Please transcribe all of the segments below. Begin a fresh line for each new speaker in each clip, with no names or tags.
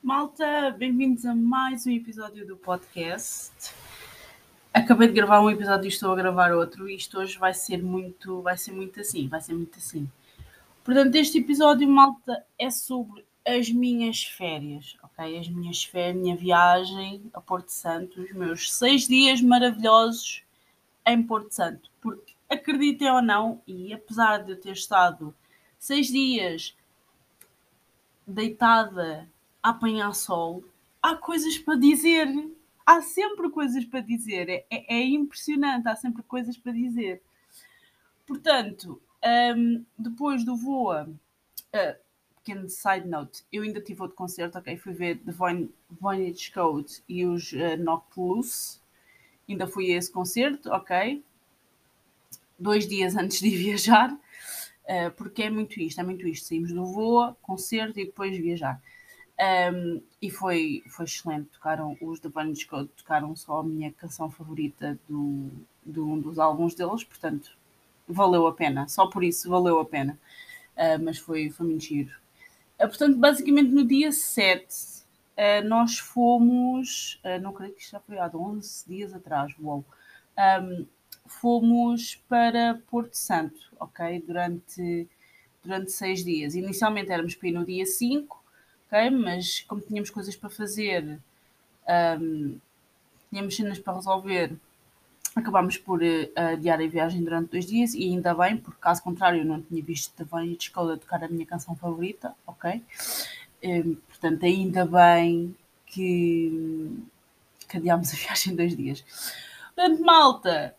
Malta, bem-vindos a mais um episódio do podcast. Acabei de gravar um episódio e estou a gravar outro, e isto hoje vai ser muito assim. Portanto, este episódio, malta, é sobre as minhas férias, ok? As minhas férias, minha viagem a Porto Santo, os meus 6 dias maravilhosos em Porto Santo. Porque, acreditem ou não, e apesar de eu ter estado 6 dias deitada a apanhar sol, há coisas para dizer. Há sempre coisas para dizer. É impressionante, há sempre coisas para dizer. Portanto, depois do Voa, pequeno side note, eu ainda tive outro concerto, ok? Fui ver The Voynich Code e os Knocked Loose. Ainda fui a esse concerto, ok? 2 dias antes de viajar, porque é muito isto. Saímos do Voa, concerto e depois viajar. E foi excelente. Tocaram os The Bunny Code, tocaram só a minha canção favorita de um dos álbuns deles, portanto valeu a pena, só por isso valeu a pena. Mas foi muito giro. Portanto, basicamente no dia 7 nós fomos, não creio que isto já foi há 11 dias atrás, uou. Fomos para Porto Santo, ok? Durante 6 dias. Inicialmente éramos para ir no dia 5, ok? Mas como tínhamos coisas para fazer, tínhamos cenas para resolver, acabámos por adiar a viagem durante 2 dias, e ainda bem, porque caso contrário eu não tinha visto também a escola tocar a minha canção favorita, ok? Portanto, ainda bem que adiámos a viagem 2 dias. Portanto, malta,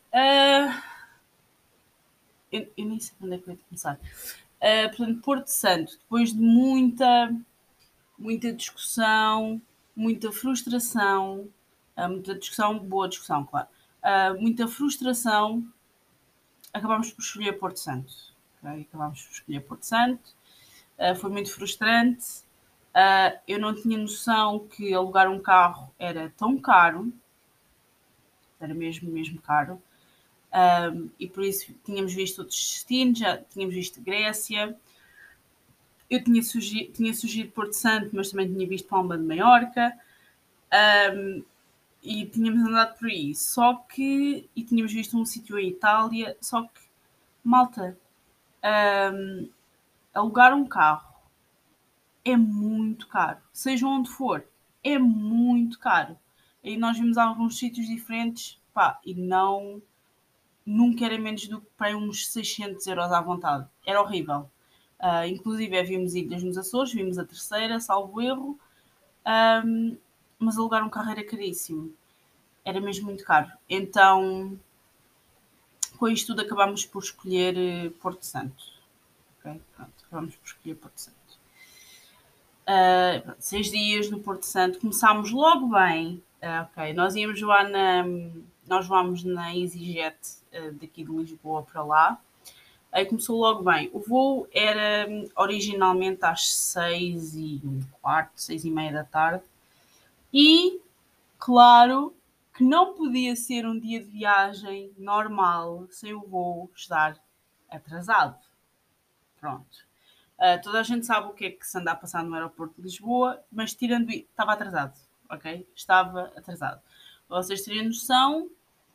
eu nem sei onde é que eu ia começar. Portanto, Porto Santo, depois de muita discussão, muita frustração, boa discussão, claro, muita frustração, acabámos por escolher Porto Santo. Okay? Acabámos por escolher Porto Santo. Foi muito frustrante. Eu não tinha noção que alugar um carro era tão caro. Era mesmo caro. E por isso tínhamos visto outros destinos, já tínhamos visto Grécia. Eu tinha sugerido Porto Santo, mas também tinha visto Palma de Maiorca. E tínhamos andado por aí. E tínhamos visto um sítio em Itália. Só que, malta, alugar um carro é muito caro. Seja onde for, é muito caro. E nós vimos alguns sítios diferentes, pá, e nunca era menos do que para uns 600 euros à vontade. Era horrível. Inclusive, vimos ilhas nos Açores, vimos a Terceira, salvo erro, mas alugar um carro era caríssimo. Era mesmo muito caro. Então, com isto tudo, acabámos por escolher Porto Santo. Okay? Pronto, acabámos por escolher Porto Santo. 6 dias no Porto Santo, começámos logo bem. Ok, nós voámos na EasyJet daqui de Lisboa para lá. Aí começou logo bem. O voo era originalmente às 6h15, 6h30 da tarde. E, claro, que não podia ser um dia de viagem normal sem o voo estar atrasado. Pronto. Toda a gente sabe o que é que se anda a passar no aeroporto de Lisboa, mas tirando isso, estava atrasado, ok? Estava atrasado. Para vocês terem noção,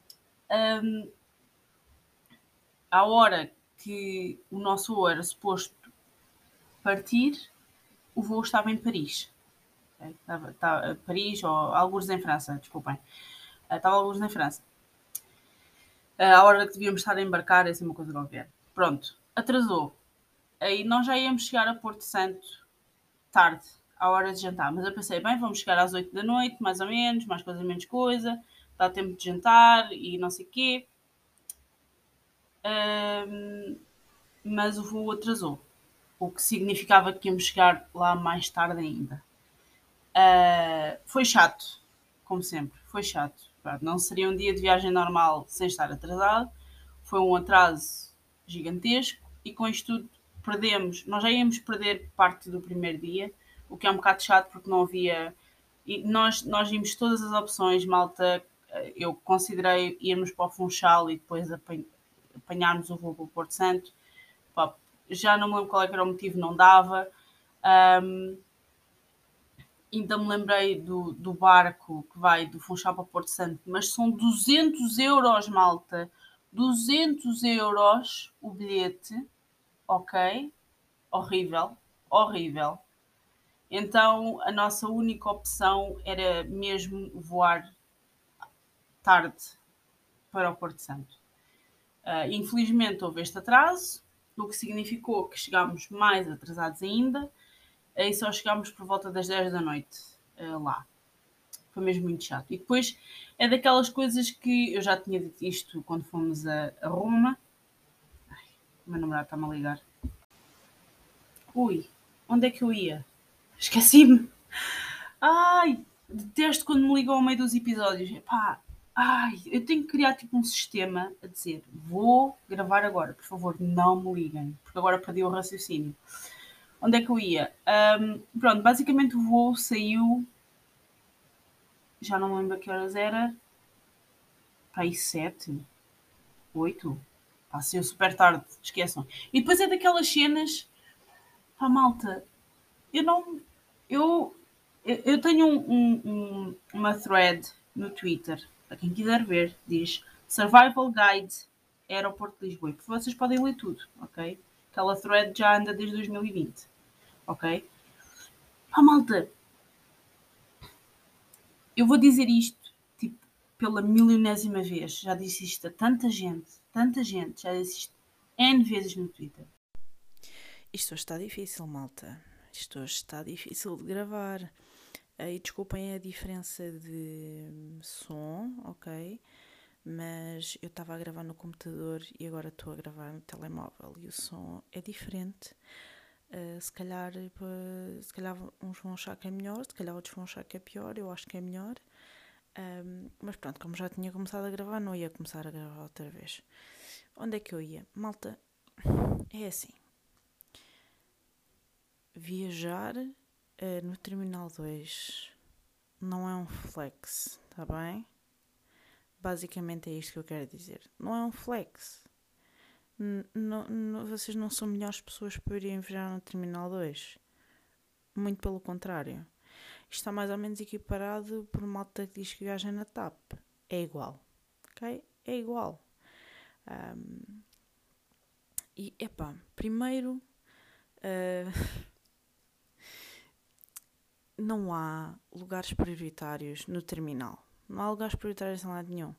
à hora que o nosso voo era suposto partir, o voo estava em Paris. Okay? Estava Paris, ou alguns em França, desculpem. Estava alguns em França. À hora que devíamos estar a embarcar, essa é uma coisa qualquer. Pronto, atrasou. Aí nós já íamos chegar a Porto Santo tarde, à hora de jantar. Mas eu pensei, bem, vamos chegar às 8 da noite, mais ou menos, mais coisa, menos coisa. Dá tempo de jantar e não sei o quê. Mas o voo atrasou. O que significava que íamos chegar lá mais tarde ainda. Foi chato, como sempre. Foi chato. Não seria um dia de viagem normal sem estar atrasado. Foi um atraso gigantesco e com isto tudo nós já íamos perder parte do primeiro dia, o que é um bocado chato porque não havia. E nós vimos todas as opções, malta. Eu considerei irmos para o Funchal e depois apanharmos o voo para o Porto Santo. Pá, já não me lembro qual era o motivo, não dava. ainda me lembrei do barco que vai do Funchal para Porto Santo, mas são 200 euros, malta. 200 euros o bilhete, ok? Horrível, horrível. Então a nossa única opção era mesmo voar tarde para o Porto Santo. Infelizmente houve este atraso, o que significou que chegámos mais atrasados ainda, e só chegámos por volta das 10 da noite lá. Foi mesmo muito chato. E depois é daquelas coisas que eu já tinha dito isto quando fomos a Roma. Ai, o meu namorado está-me a ligar. Ui, onde é que eu ia? Esqueci-me. Ai, detesto quando me ligam ao meio dos episódios. Epá, ai, eu tenho que criar tipo um sistema a dizer: vou gravar agora, por favor, não me liguem, porque agora perdi o raciocínio. Onde é que eu ia? Pronto, basicamente o voo saiu, já não me lembro a que horas era, para aí 7, 8. Pá, saiu super tarde, esqueçam. E depois é daquelas cenas, pá, malta, eu não. Eu, eu tenho uma thread no Twitter, para quem quiser ver, diz Survival Guide Aeroporto de Lisboa. Porque vocês podem ler tudo, ok? Aquela thread já anda desde 2020, ok? Pá, malta, eu vou dizer isto, tipo, pela milionésima vez. Já disse isto a tanta gente, já disse isto N vezes no Twitter.
Isto hoje está difícil, malta. Isto hoje está difícil de gravar. E desculpem a diferença de som, ok? Mas eu estava a gravar no computador e agora estou a gravar no telemóvel e o som é diferente. Se calhar uns vão achar que é melhor, se calhar outros vão achar que é pior, eu acho que é melhor. Mas pronto, como já tinha começado a gravar, não ia começar a gravar outra vez. Onde é que eu ia? Malta, é assim. Viajar no Terminal 2 não é um flex, tá bem? Basicamente é isto que eu quero dizer. Não é um flex. Vocês não são melhores pessoas para irem viajar no Terminal 2. Muito pelo contrário. Isto está mais ou menos equiparado por malta que diz que viaja na TAP. É igual. Ok? É igual. E, epá, primeiro... não há lugares prioritários no terminal. Não há lugares prioritários em lado nenhum.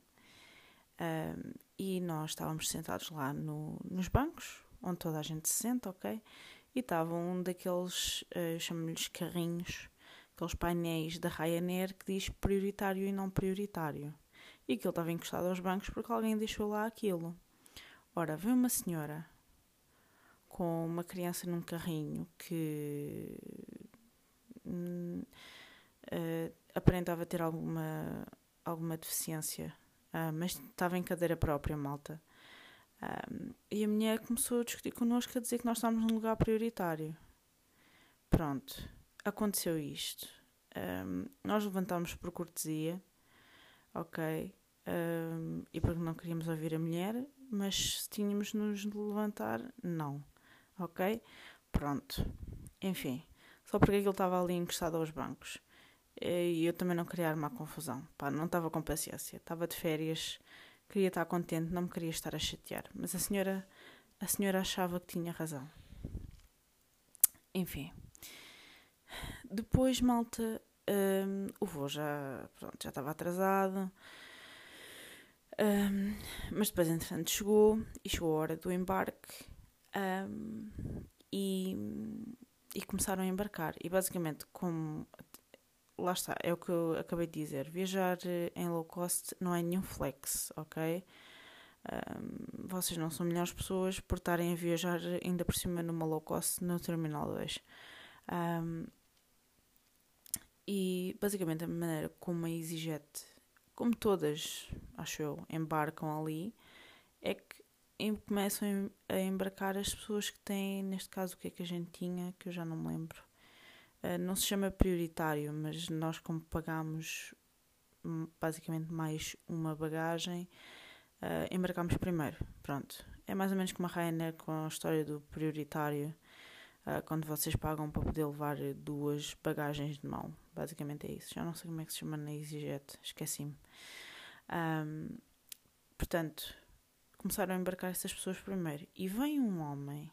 E nós estávamos sentados lá nos bancos, onde toda a gente se senta, ok? E estava um daqueles, eu chamo-lhes carrinhos, aqueles painéis da Ryanair que diz prioritário e não prioritário. E aquilo estava encostado aos bancos porque alguém deixou lá aquilo. Ora, veio uma senhora com uma criança num carrinho que aparentava ter alguma deficiência, mas estava em cadeira própria, malta. E a mulher começou a discutir connosco, a dizer que nós estávamos num lugar prioritário. Pronto, aconteceu isto. Nós levantámos por cortesia, ok? E porque não queríamos ouvir a mulher, mas se tínhamos de nos levantar, não, ok? Pronto, enfim, só porque aquilo estava ali encostado aos bancos. E eu também não queria armar confusão. Pá, não estava com paciência. Estava de férias, queria estar contente, não me queria estar a chatear. Mas a senhora achava que tinha razão. Enfim. Depois, malta, o voo já estava atrasado. Mas depois, entretanto, chegou a hora do embarque. E começaram a embarcar. E basicamente, como... Lá está, é o que eu acabei de dizer. Viajar em low cost não é nenhum flex, ok? Vocês não são melhores pessoas por estarem a viajar ainda por cima numa low cost no Terminal 2. E basicamente a maneira como a EasyJet, como todas, acho eu, embarcam ali, é que começam a embarcar as pessoas que têm, neste caso, o que é que a gente tinha, que eu já não me lembro. Não se chama prioritário, mas nós, como pagamos basicamente mais uma bagagem, embarcámos primeiro. Pronto. É mais ou menos como a Ryanair com a história do prioritário. quando vocês pagam para poder levar 2 bagagens de mão. Basicamente é isso. Já não sei como é que se chama na EasyJet, esqueci-me. Portanto, começaram a embarcar essas pessoas primeiro. E vem um homem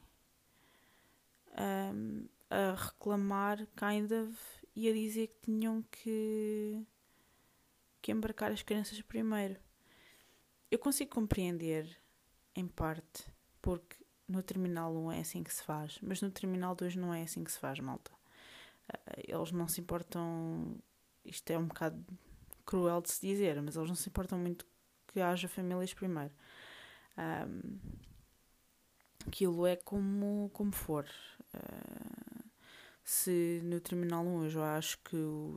a reclamar, kind of, e a dizer que tinham que embarcar as crianças primeiro. Eu consigo compreender, em parte, porque no Terminal 1 é assim que se faz, mas no Terminal 2 não é assim que se faz, malta. Eles não se importam, isto é um bocado cruel de se dizer, mas eles não se importam muito que haja famílias primeiro. Aquilo é como for. Se no Terminal 1 eu já acho que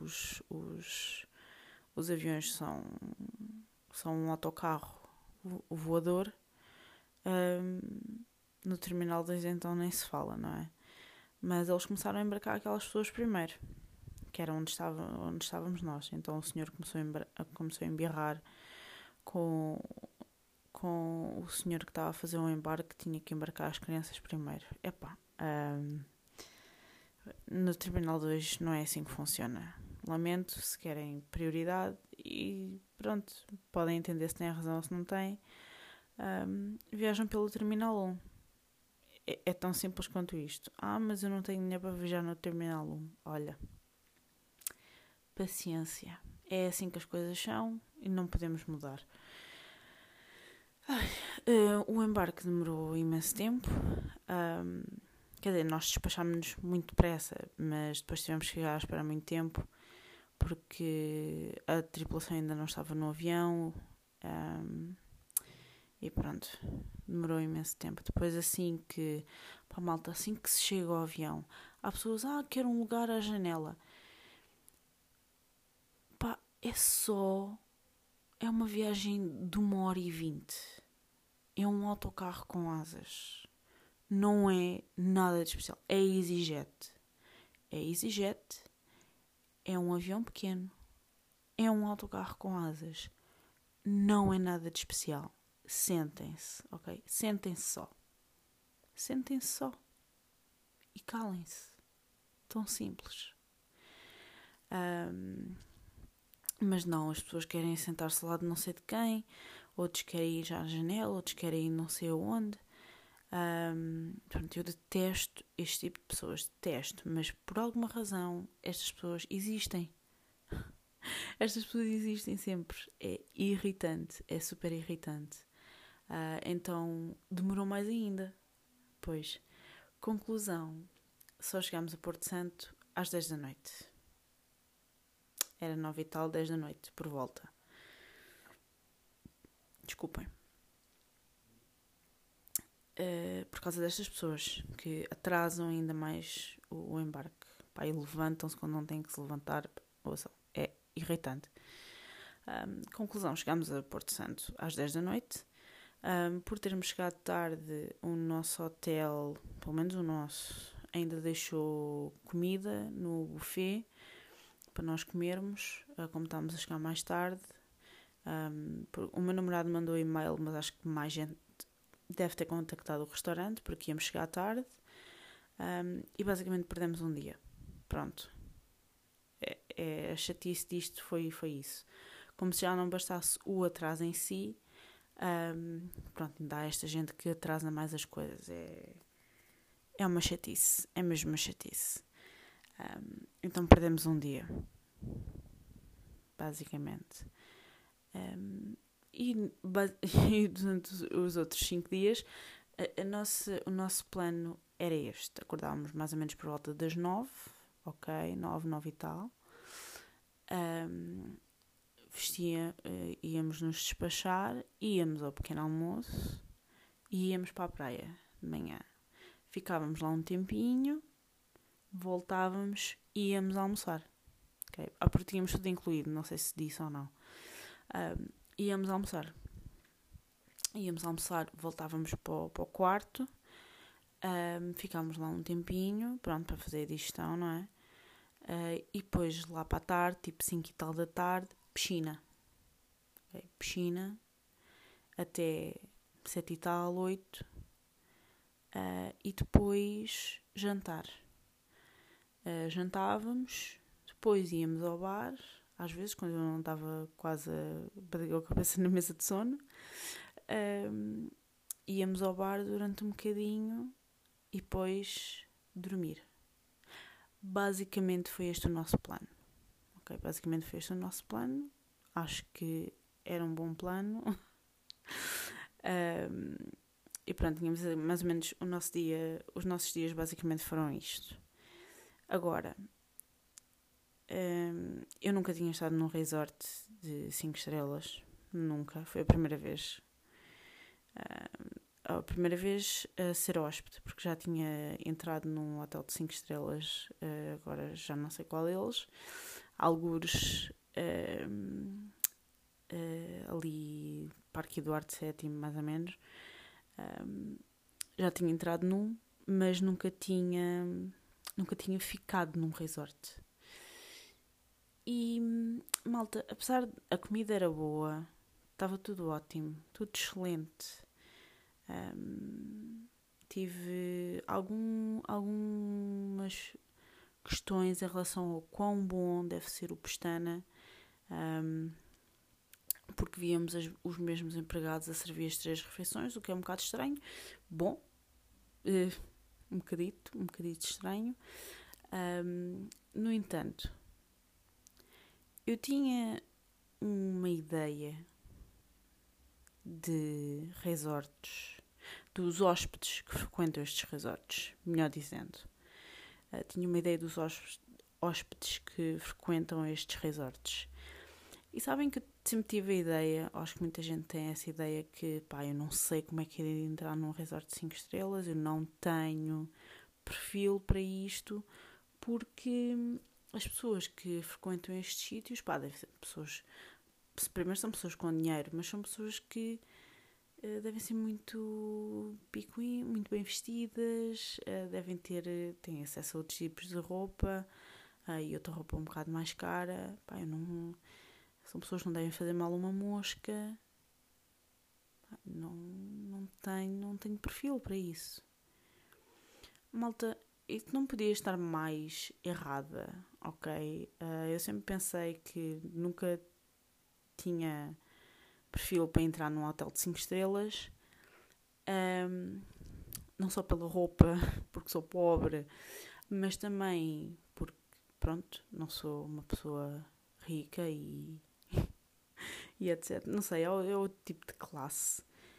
os aviões são um autocarro voador, no Terminal 2 então nem se fala, não é? Mas eles começaram a embarcar aquelas pessoas primeiro, que era onde estávamos nós. Então o senhor começou a embirrar com o senhor que estava a fazer um embarque, que tinha que embarcar as crianças primeiro. No Terminal 2 não é assim que funciona. Lamento, se querem prioridade, e pronto, podem entender se têm razão ou se não têm, viajam pelo Terminal 1. É tão simples quanto isto. Mas eu não tenho dinheiro para viajar no Terminal 1. Olha, paciência. É assim que as coisas são e não podemos mudar. O embarque demorou imenso tempo. Quer dizer, nós despachámos-nos muito depressa, mas depois tivemos que chegar a esperar muito tempo, porque a tripulação ainda não estava no avião. E pronto, demorou imenso tempo. Depois assim que se chega ao avião, há pessoas, quero um lugar à janela. É uma viagem de 1h20. É um autocarro com asas. Não é nada de especial. É EasyJet. É um avião pequeno. É um autocarro com asas. Não é nada de especial. Sentem-se, ok? Sentem-se só. E calem-se. Tão simples. Mas não, as pessoas querem sentar-se ao lado de não sei de quem, outros querem ir já à janela, outros querem ir não sei aonde. Eu detesto este tipo de pessoas, mas por alguma razão estas pessoas existem. Estas pessoas existem sempre. É irritante, é super irritante. Então demorou mais ainda. Pois, conclusão, só chegámos a Porto Santo às 10 da noite. Era 9 e tal, 10 da noite, por volta. Desculpem. Por causa destas pessoas que atrasam ainda mais o embarque. E levantam-se quando não têm que se levantar. É irritante. Conclusão, chegámos a Porto Santo às 10 da noite. Por termos chegado tarde, o nosso hotel, pelo menos o nosso, ainda deixou comida no buffet para nós comermos, como estávamos a chegar mais tarde. O meu namorado mandou e-mail, mas acho que mais gente deve ter contactado o restaurante porque íamos chegar tarde. E basicamente perdemos um dia. Pronto. A chatice disto foi isso. Como se já não bastasse o atraso em si, ainda há esta gente que atrasa mais as coisas. É uma chatice. É mesmo uma chatice. Então perdemos um dia. Basicamente. E durante os outros 5 dias, o nosso plano era este. Acordávamos mais ou menos por volta das 9, ok? 9 e tal. Íamos nos despachar, íamos ao pequeno almoço e íamos para a praia de manhã. Ficávamos lá um tempinho, voltávamos e íamos almoçar. Okay? Porque tínhamos tudo incluído, não sei se disse ou não. Íamos almoçar, voltávamos para o quarto, ficámos lá um tempinho, pronto, para fazer a digestão, não é? E depois lá para a tarde, tipo 5 e tal da tarde, piscina. Okay? Piscina até 7 e tal, 8. e depois jantar. Jantávamos, depois íamos ao bar, às vezes quando eu não estava quase a bater a cabeça na mesa de sono, íamos ao bar durante um bocadinho e depois dormir. Basicamente foi este o nosso plano. Ok, basicamente foi este o nosso plano. Acho que era um bom plano. E pronto, tínhamos mais ou menos o nosso dia, os nossos dias basicamente foram isto. Agora, eu nunca tinha estado num resort de 5 estrelas. Nunca. Foi a primeira vez. A primeira vez a ser hóspede, porque já tinha entrado num hotel de 5 estrelas, agora já não sei qual deles. Algures ali, Parque Eduardo VII, mais ou menos. Já tinha entrado num, mas nunca tinha ficado num resort. E, malta, apesar de a comida era boa, estava tudo ótimo, tudo excelente. Tive algumas questões em relação ao quão bom deve ser o Pestana, porque víamos os mesmos empregados a servir as 3 refeições, o que é um bocado estranho. Bom, um bocadito estranho. No entanto, eu tinha uma ideia de resorts, dos hóspedes que frequentam estes resorts, melhor dizendo. Tinha uma ideia dos hóspedes que frequentam estes resorts. E sabem que eu sempre tive a ideia, acho que muita gente tem essa ideia que, eu não sei como é que é de entrar num resort de 5 estrelas, eu não tenho perfil para isto, porque as pessoas que frequentam estes sítios, devem ser pessoas, primeiro são pessoas com dinheiro, mas são pessoas que devem ser muito picuim, muito bem vestidas, devem têm acesso a outros tipos de roupa, e outra roupa um bocado mais cara. São pessoas que não devem fazer mal a uma mosca. Não tenho perfil para isso. Malta, isso não podia estar mais errada, ok? Eu sempre pensei que nunca tinha perfil para entrar num hotel de 5 estrelas. Não só pela roupa, porque sou pobre, mas também porque, não sou uma pessoa rica e etc. Não sei, é outro tipo de classe.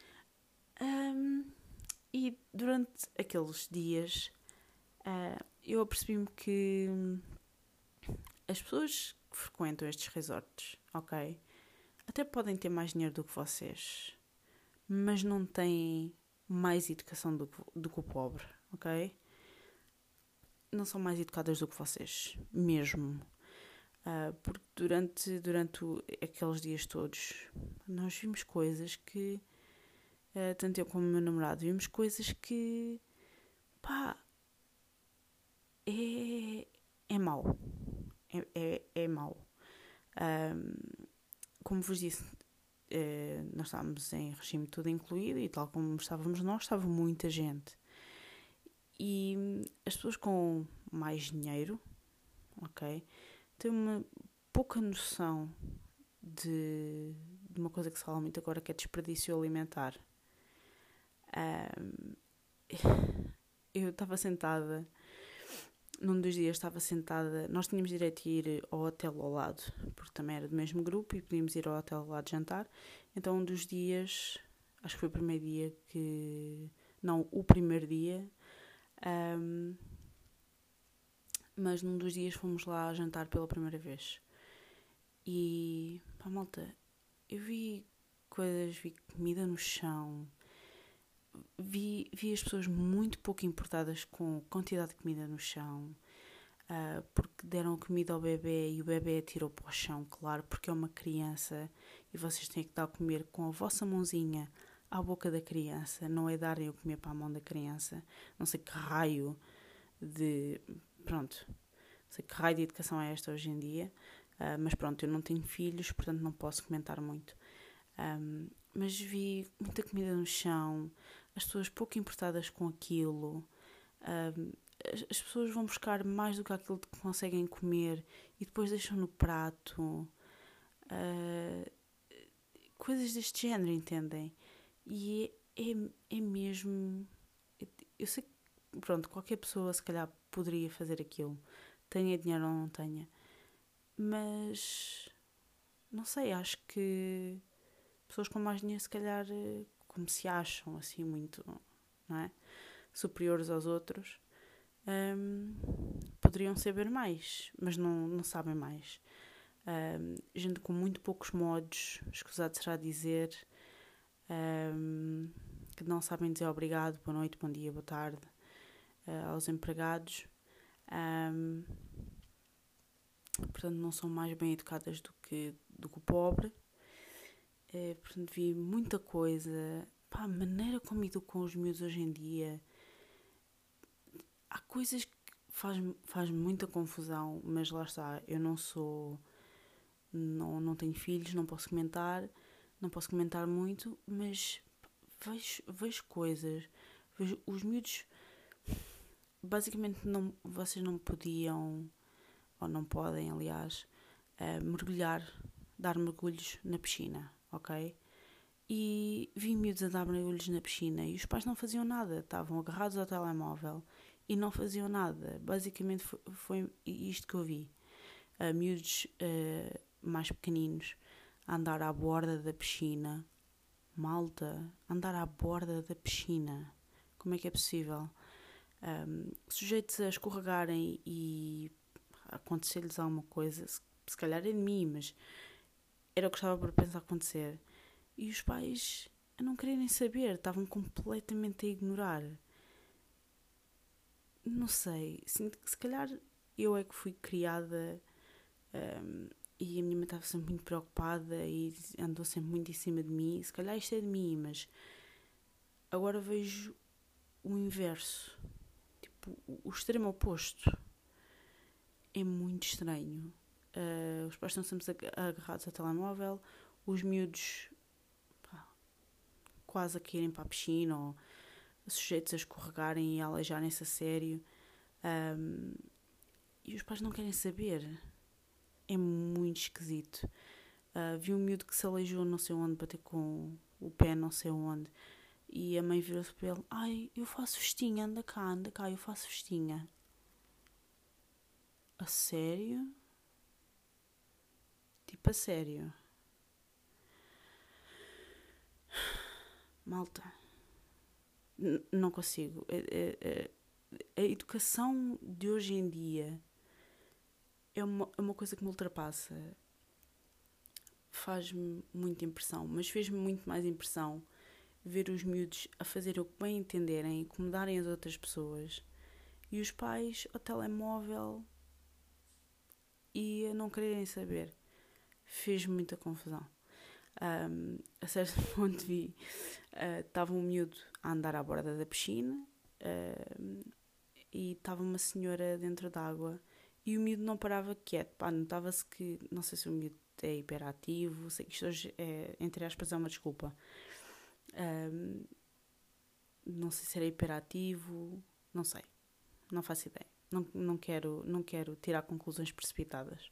E durante aqueles dias, eu apercebi-me que as pessoas que frequentam estes resorts, ok, até podem ter mais dinheiro do que vocês, mas não têm mais educação do que o pobre, ok? Não são mais educadas do que vocês, mesmo. Porque durante aqueles dias todos, nós vimos coisas que, tanto eu como o meu namorado, vimos coisas que, é mau. É mau. Como vos disse, nós estávamos em regime tudo incluído e tal como estávamos nós, estava muita gente. E as pessoas com mais dinheiro, ok, têm uma pouca noção de uma coisa que se fala muito agora, que é desperdício alimentar. Eu estava sentada, num dos dias nós tínhamos direito a ir ao hotel ao lado, porque também era do mesmo grupo e podíamos ir ao hotel ao lado jantar. Então um dos dias, acho que foi o primeiro dia, mas num dos dias fomos lá jantar pela primeira vez. E, malta, eu vi coisas, vi comida no chão, vi as pessoas muito pouco importadas com a quantidade de comida no chão, porque deram a comida ao bebê e o bebê atirou para o chão, claro, porque é uma criança e vocês têm que dar a comer com a vossa mãozinha à boca da criança, não é darem a comer para a mão da criança. Não sei que raio de educação é esta hoje em dia, mas eu não tenho filhos, portanto não posso comentar muito. mas vi muita comida no chão, as pessoas pouco importadas com aquilo. As pessoas vão buscar mais do que aquilo que conseguem comer e depois deixam no prato. Coisas deste género, entendem? E é mesmo... Eu sei que, pronto, qualquer pessoa se calhar poderia fazer aquilo. Tenha dinheiro ou não tenha. Mas... não sei, acho que pessoas com mais dinheiro se calhar, como se acham assim muito, não é? Superiores aos outros, poderiam saber mais, mas não sabem mais. Gente com muito poucos modos, escusado será dizer, que não sabem dizer obrigado, boa noite, bom dia, boa tarde aos empregados. Portanto, não são mais bem educadas do que o pobre. Portanto, vi muita coisa. Pá, a maneira como educam os miúdos hoje em dia. Há coisas que faz muita confusão, mas lá está, eu não sou... Não tenho filhos, não posso comentar muito, mas vejo coisas. Vejo os miúdos... Basicamente, vocês não podiam, ou não podem, aliás, dar mergulhos na piscina, ok? E vi miúdos a dar mergulhos na piscina e os pais não faziam nada, estavam agarrados ao telemóvel e não faziam nada. Basicamente foi isto que eu vi. Miúdos mais pequeninos a andar à borda da piscina. Malta, andar à borda da piscina. Como é que é possível? Sujeitos a escorregarem e acontecer-lhes alguma coisa, se calhar é de mim, mas era o que estava por pensar acontecer. E os pais a não quererem saber, estavam completamente a ignorar. Não sei, sinto que se calhar eu é que fui criada e a minha mãe estava sempre muito preocupada e andou sempre muito em cima de mim. Se calhar isto é de mim, mas agora vejo o inverso. Tipo, o extremo oposto. É muito estranho. Os pais estão sempre agarrados ao telemóvel, os miúdos quase a caírem para a piscina ou sujeitos a escorregarem e a aleijarem-se a sério. E os pais não querem saber. É muito esquisito. Vi um miúdo que se aleijou não sei onde, bater com o pé não sei onde, e a mãe virou-se para ele: ai, eu faço festinha, anda cá, eu faço festinha. A sério? Tipo, a sério? Malta, não consigo. A educação de hoje em dia é uma coisa que me ultrapassa. Faz-me muita impressão, mas fez-me muito mais impressão ver os miúdos a fazer o que bem entenderem, incomodarem as outras pessoas, e os pais ao telemóvel e a não quererem saber. Fez-me muita confusão. A certo ponto vi, estava um miúdo a andar à borda da piscina e estava uma senhora dentro d'água e o miúdo não parava quieto. Pá, notava-se que, não sei se o miúdo é hiperativo, sei que isto hoje é, entre aspas, é uma desculpa. Não sei se era hiperativo, não sei, não faço ideia. Não quero tirar conclusões precipitadas.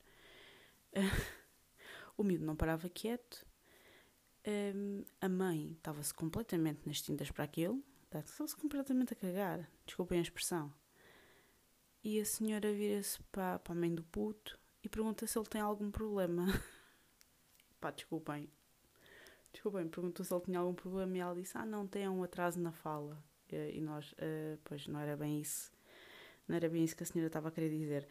O miúdo não parava quieto. A mãe estava-se completamente nas tintas para aquilo. Estava-se completamente a cagar. Desculpem a expressão. E a senhora vira-se para a mãe do puto e pergunta se ele tem algum problema. Pá, desculpem, perguntou se ele tinha algum problema e ela disse: não, tem um atraso na fala. E nós, pois não era bem isso. Não era bem isso que a senhora estava a querer dizer.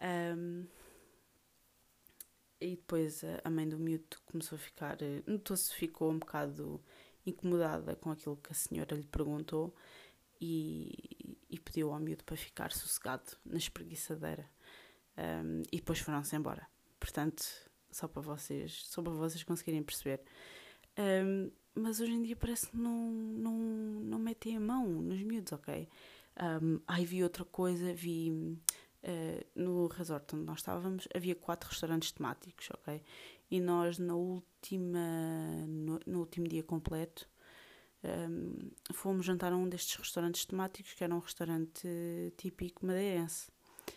E depois a mãe do miúdo começou a ficar... Notou-se, ficou um bocado incomodada com aquilo que a senhora lhe perguntou e pediu ao miúdo para ficar sossegado na espreguiçadeira. E depois foram-se embora. Portanto, só para vocês conseguirem perceber. Mas hoje em dia parece que não metem a mão nos miúdos, ok? Vi outra coisa, vi no resort onde nós estávamos havia 4 restaurantes temáticos, ok? E nós no último dia completo fomos jantar a um destes restaurantes temáticos, que era um restaurante típico madeirense.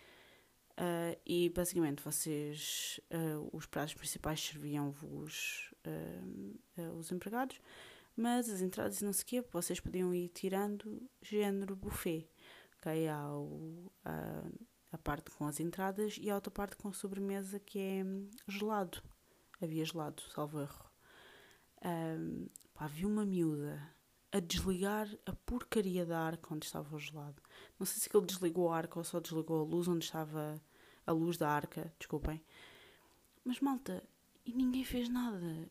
E basicamente os pratos principais serviam-vos os empregados, mas as entradas e não sei o quê, vocês podiam ir tirando género buffet, ok? Há a parte com as entradas e a outra parte com a sobremesa, que é gelado. Havia gelado, salvo erro. Havia uma miúda a desligar a porcaria da arca onde estava o gelado. Não sei se ele desligou a arca ou só desligou a luz onde estava a luz da arca, desculpem. Mas malta, e ninguém fez nada.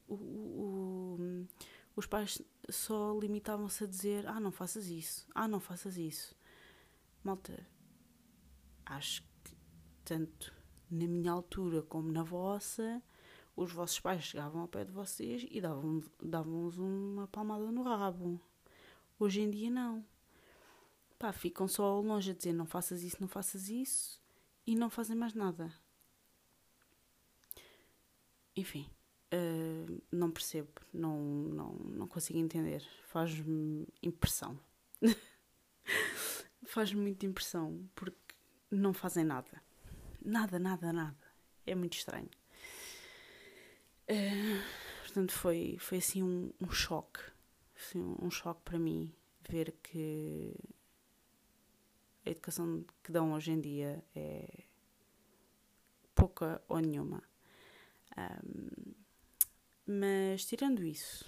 Os pais só limitavam-se a dizer: não faças isso, não faças isso. Malta, acho que tanto na minha altura como na vossa, os vossos pais chegavam ao pé de vocês e davam-vos uma palmada no rabo. Hoje em dia não. Ficam só longe a dizer: não faças isso, e não fazem mais nada. Enfim, não percebo, não consigo entender. Faz-me impressão. Faz-me muita impressão, porque não fazem nada. Nada. É muito estranho. Portanto, foi assim um choque. Assim, um choque para mim, ver que a educação que dão hoje em dia é pouca ou nenhuma. Mas, tirando isso,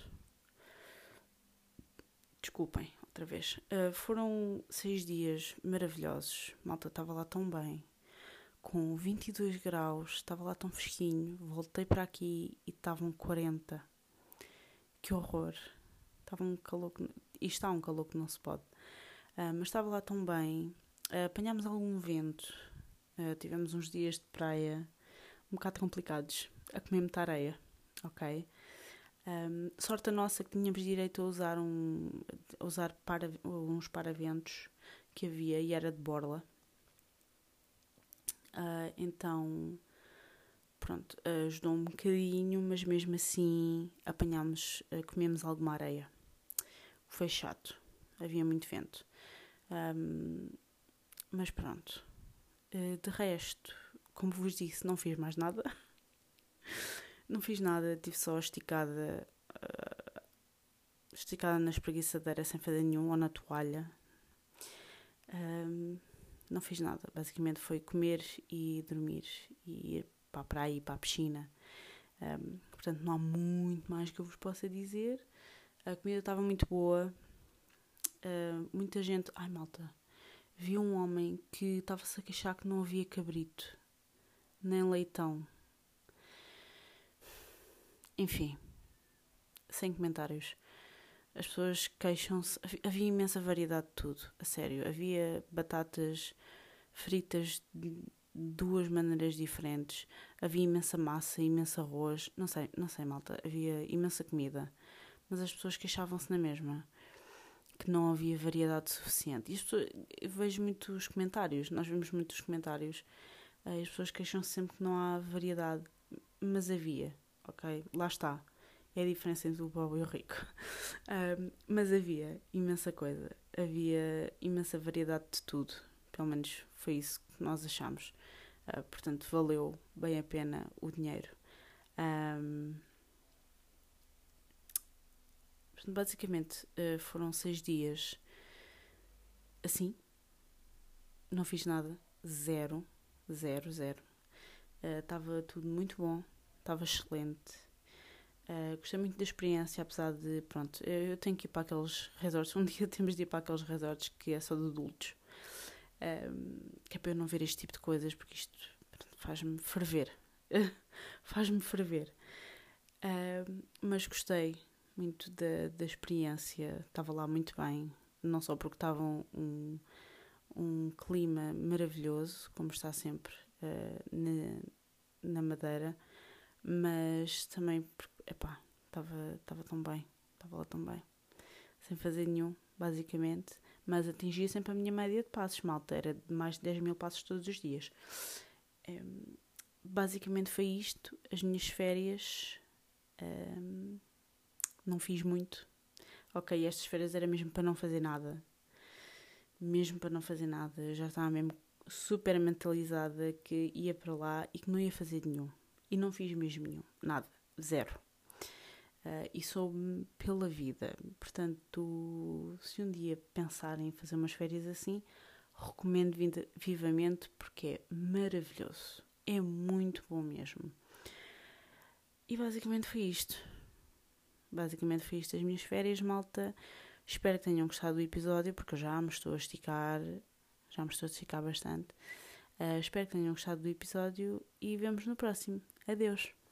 desculpem, outra vez, foram 6 dias maravilhosos. Malta, estava lá tão bem, com 22 graus, estava lá tão fresquinho. Voltei para aqui e estavam 40. Que horror. Estava um calor e está um calor que não se pode. Mas estava lá tão bem. Apanhámos algum vento. Tivemos uns dias de praia um bocado complicados, a comer muita areia, ok? Sorte a nossa que tínhamos direito a usar uns paraventos que havia e era de borla. Então, pronto, ajudou um bocadinho, mas mesmo assim comemos alguma areia. Foi chato, havia muito vento. Mas pronto, de resto, como vos disse, não fiz mais nada. Não fiz nada, estive só esticada na espreguiçadeira sem fazer nenhum, ou na toalha. Não fiz nada, basicamente foi comer e dormir e ir para a praia e para a piscina. Portanto, não há muito mais que eu vos possa dizer. A comida estava muito boa. Muita gente... malta, vi um homem que estava-se a queixar que não havia cabrito, nem leitão. Enfim, sem comentários. As pessoas queixam-se. Havia imensa variedade de tudo, a sério. Havia batatas fritas de 2 maneiras diferentes. Havia imensa massa, imenso arroz. Não sei, malta. Havia imensa comida. Mas as pessoas queixavam-se na mesma, que não havia variedade suficiente. E eu vejo muitos comentários. Nós vemos muitos comentários. As pessoas queixam-se sempre que não há variedade. Mas havia, ok? Lá está. É a diferença entre o pobre e o rico. Mas havia imensa coisa. Havia imensa variedade de tudo. Pelo menos foi isso que nós achamos. Portanto, valeu bem a pena o dinheiro. Portanto, basicamente, foram 6 dias assim. Não fiz nada. Zero. Estava tudo muito bom. Estava excelente. Gostei muito da experiência, apesar de, pronto, eu tenho que ir para aqueles resorts. Um dia temos de ir para aqueles resorts que é só de adultos, que é para eu não ver este tipo de coisas, porque isto faz-me ferver. Mas gostei muito da experiência. Estava lá muito bem, não só porque estava um clima maravilhoso, como está sempre na Madeira, mas também porque estava tão bem, estava lá tão bem, sem fazer nenhum, basicamente. mas atingia sempre a minha média de passos, malta, era de mais de 10 mil passos todos os dias. Basicamente foi isto, as minhas férias, não fiz muito. Ok, estas férias era mesmo para não fazer nada, eu já estava mesmo super mentalizada que ia para lá e que não ia fazer nenhum, e não fiz mesmo nenhum, nada, zero. E soube-me pela vida. Portanto, se um dia pensarem em fazer umas férias assim, recomendo vivamente, porque é maravilhoso. É muito bom mesmo. E basicamente foi isto. As minhas férias, malta. Espero que tenham gostado do episódio, porque eu já me estou a esticar bastante. Espero que tenham gostado do episódio e vemos no próximo. Adeus!